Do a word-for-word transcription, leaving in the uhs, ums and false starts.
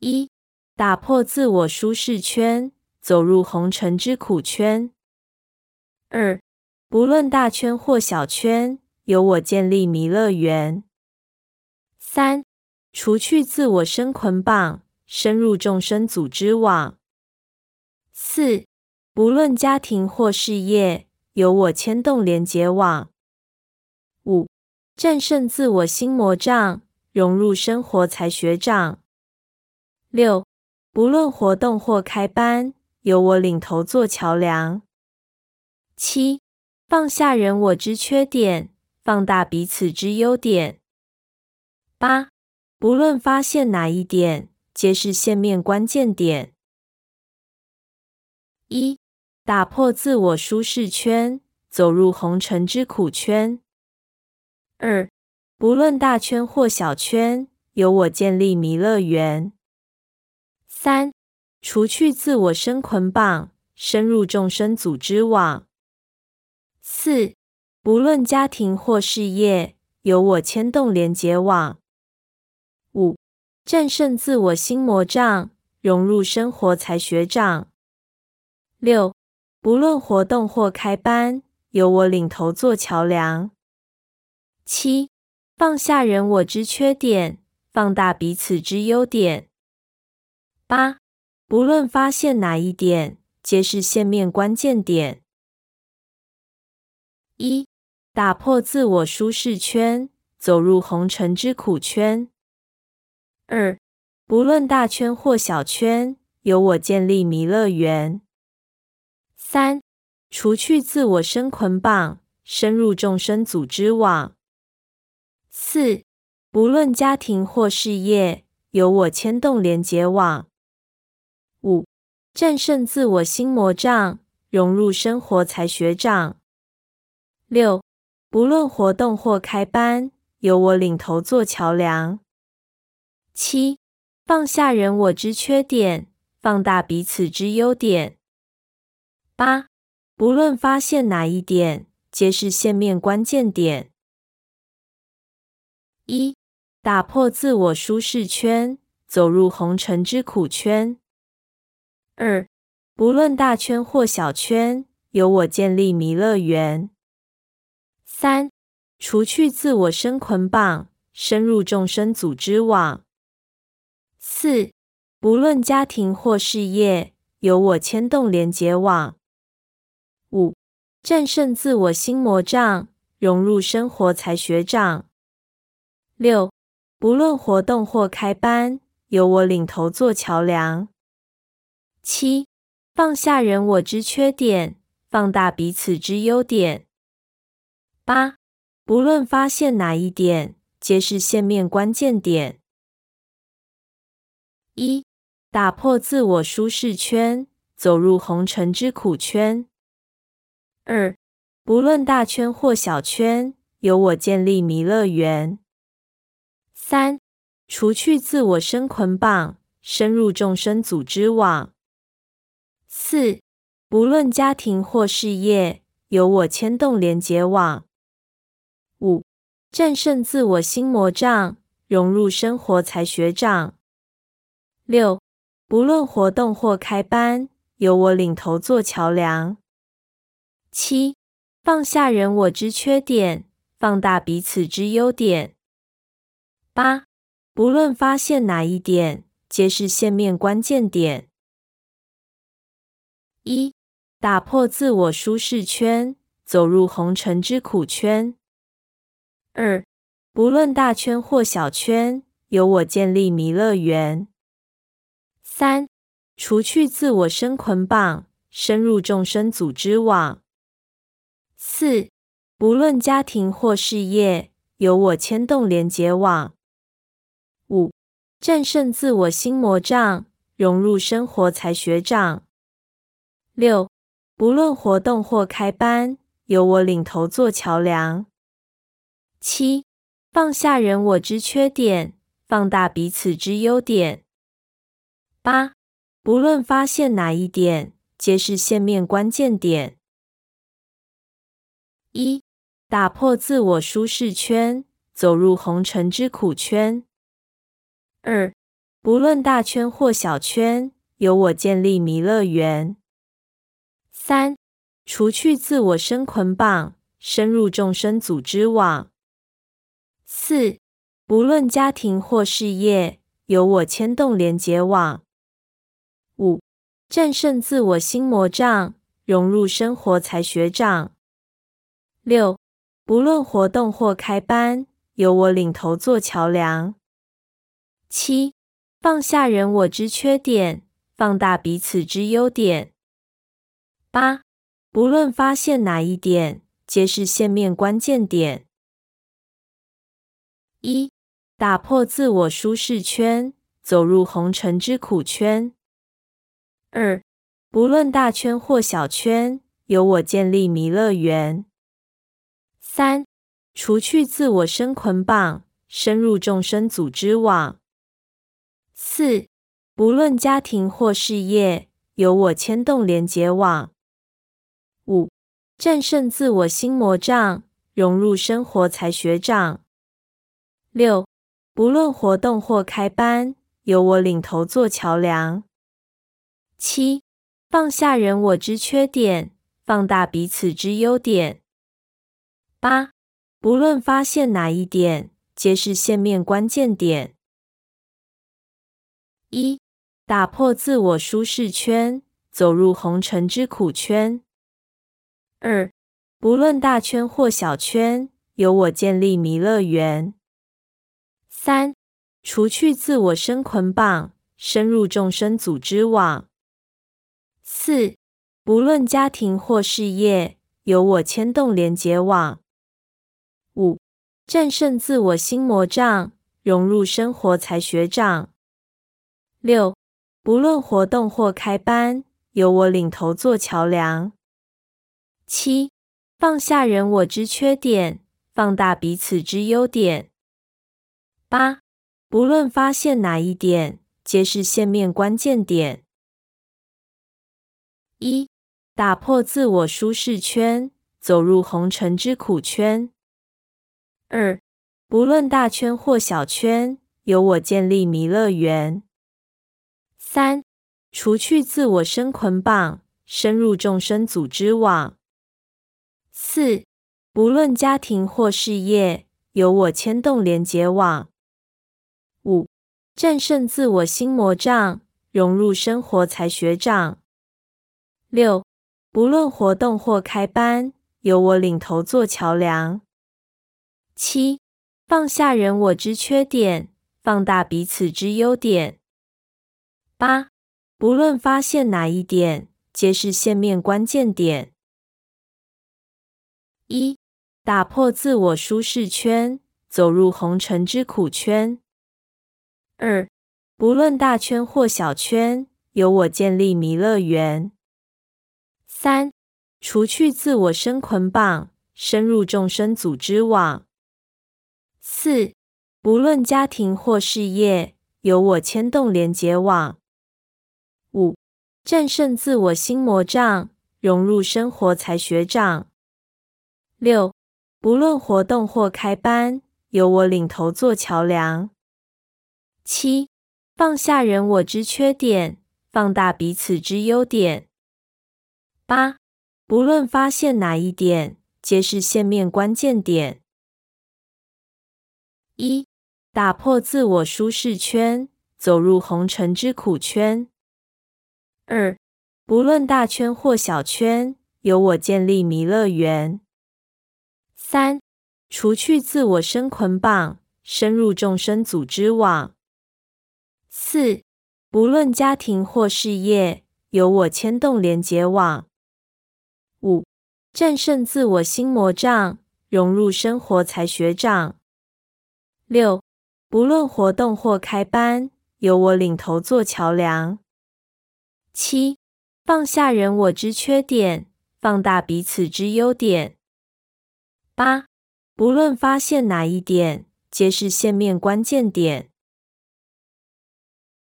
一、打破自我舒适圈，走入红尘之苦圈。二、不论大圈或小圈，由我建立弥乐园。三、除去自我生捆绑，深入众生组织网。四、不论家庭或事业，由我牵动连结网。五、战胜自我心魔障，融入生活才学长。六、不论活动或开班，由我领头做桥梁。七、放下人我之缺点，放大彼此之优点。八、不论发现哪一点，皆是线面关键点。一、打破自我舒适圈，走入红尘之苦圈。二、不论大圈或小圈，由我建立弥乐园。三、除去自我生捆绑，深入众生组织网。四、不论家庭或事业，由我牵动连结网。五、战胜自我心魔障，融入生活才学长。六、不论活动或开班，由我领头做桥梁。七、放下人我之缺点，放大彼此之优点。八、不论发现哪一点，皆是线面关键点。一、打破自我舒适圈，走入红尘之苦圈。二、不论大圈或小圈，由我建立弥乐园。三、除去自我生捆绑，深入众生组织网。四、不论家庭或事业，由我牵动连结网。五、战胜自我心魔障，融入生活才学长。六、不论活动或开班，由我领头做桥梁。七、放下人我之缺点，放大彼此之优点。八、不论发现哪一点，皆是线面关键点。一、打破自我舒适圈，走入红尘之苦圈。二、不论大圈或小圈，由我建立弥乐园。三、除去自我生捆绑，深入众生组织网。四、不论家庭或事业，由我牵动连结网。五、战胜自我心魔障，融入生活才学长。六、不论活动或开班，由我领头做桥梁。七、放下人我之缺点，放大彼此之优点。八、不论发现哪一点，皆是线面关键点。一、打破自我舒适圈，走入红尘之苦圈。二、不论大圈或小圈，由我建立弥乐园。三、除去自我生捆绑，深入众生组织网。四、不论家庭或事业，由我牵动连结网。五、战胜自我心魔障，融入生活才学长。六、不论活动或开班，由我领头做桥梁。七、放下人我之缺点，放大彼此之优点。八、不论发现哪一点，皆是线面关键点。一、打破自我舒适圈，走入红尘之苦圈。二、不论大圈或小圈，由我建立弥乐园。三、除去自我生捆绑，深入众生组织网。四、不论家庭或事业，由我牵动连结网。五、战胜自我心魔障，融入生活才学长。六、不论活动或开班，由我领头做桥梁。七、放下人我之缺点，放大彼此之优点。八、不论发现哪一点，皆是线面关键点。一、打破自我舒适圈，走入红尘之苦圈。二、 不论大圈或小圈，由我建立弥勒园。三、除去自我生捆绑，深入众生组织网。四、不论家庭或事业，由我牵动连结网。五、战胜自我心魔障，融入生活才学长。六、不论活动或开班，由我领头做桥梁。七、放下人我之缺点，放大彼此之优点。八、不论发现哪一点，皆是线面关键点。一、打破自我舒适圈，走入红尘之苦圈。二、不论大圈或小圈，由我建立弥勒园。三、除去自我生捆绑，深入众生组织网。四、不论家庭或事业，由我牵动连结网。五、战胜自我心魔障，融入生活才学长。六、不论活动或开班，由我领头做桥梁。七、放下人我之缺点，放大彼此之优点。八、不论发现哪一点，皆是线面关键点。一、打破自我舒适圈，走入红尘之苦圈。二、不论大圈或小圈，由我建立弥勒园。三、除去自我生捆绑，深入众生组织网。四、不论家庭或事业，由我牵动连结网。五、战胜自我心魔障，融入生活才学长。六、不论活动或开班，由我领头做桥梁。七、放下人我之缺点，放大彼此之优点。八、不论发现哪一点，皆是线面关键点。一、打破自我舒适圈，走入红尘之苦圈。二、不论大圈或小圈，由我建立弥勒园。三、除去自我生捆绑，深入众生组织网。四、不论家庭或事业，由我牵动连结网。五、战胜自我心魔障，融入生活才学长。六、不论活动或开班，由我领头做桥梁。七、放下人我之缺点，放大彼此之优点。八、不论发现哪一点，皆是线面关键点。一、打破自我舒适圈，走入红尘之苦圈。二、不论大圈或小圈，由我建立弥勒园。三、除去自我生捆绑，深入众生组织网。四、不论家庭或事业，由我牵动连结网。五、战胜自我心魔障，融入生活才学长。六、不论活动或开班，由我领头做桥梁。七、放下人我之缺点，放大彼此之优点。八、不论发现哪一点，皆是线面关键点。一、打破自我舒适圈，走入红尘之苦圈。二、不论大圈或小圈，由我建立弥勒园。三、除去自我生捆绑，深入众生组织网。四、不论家庭或事业，由我牵动连结网。五、战胜自我心魔障，融入生活才学长。六、不论活动或开班，由我领头做桥梁。七、放下人我之缺点，放大彼此之优点。八、不论发现哪一点，皆是线面关键点。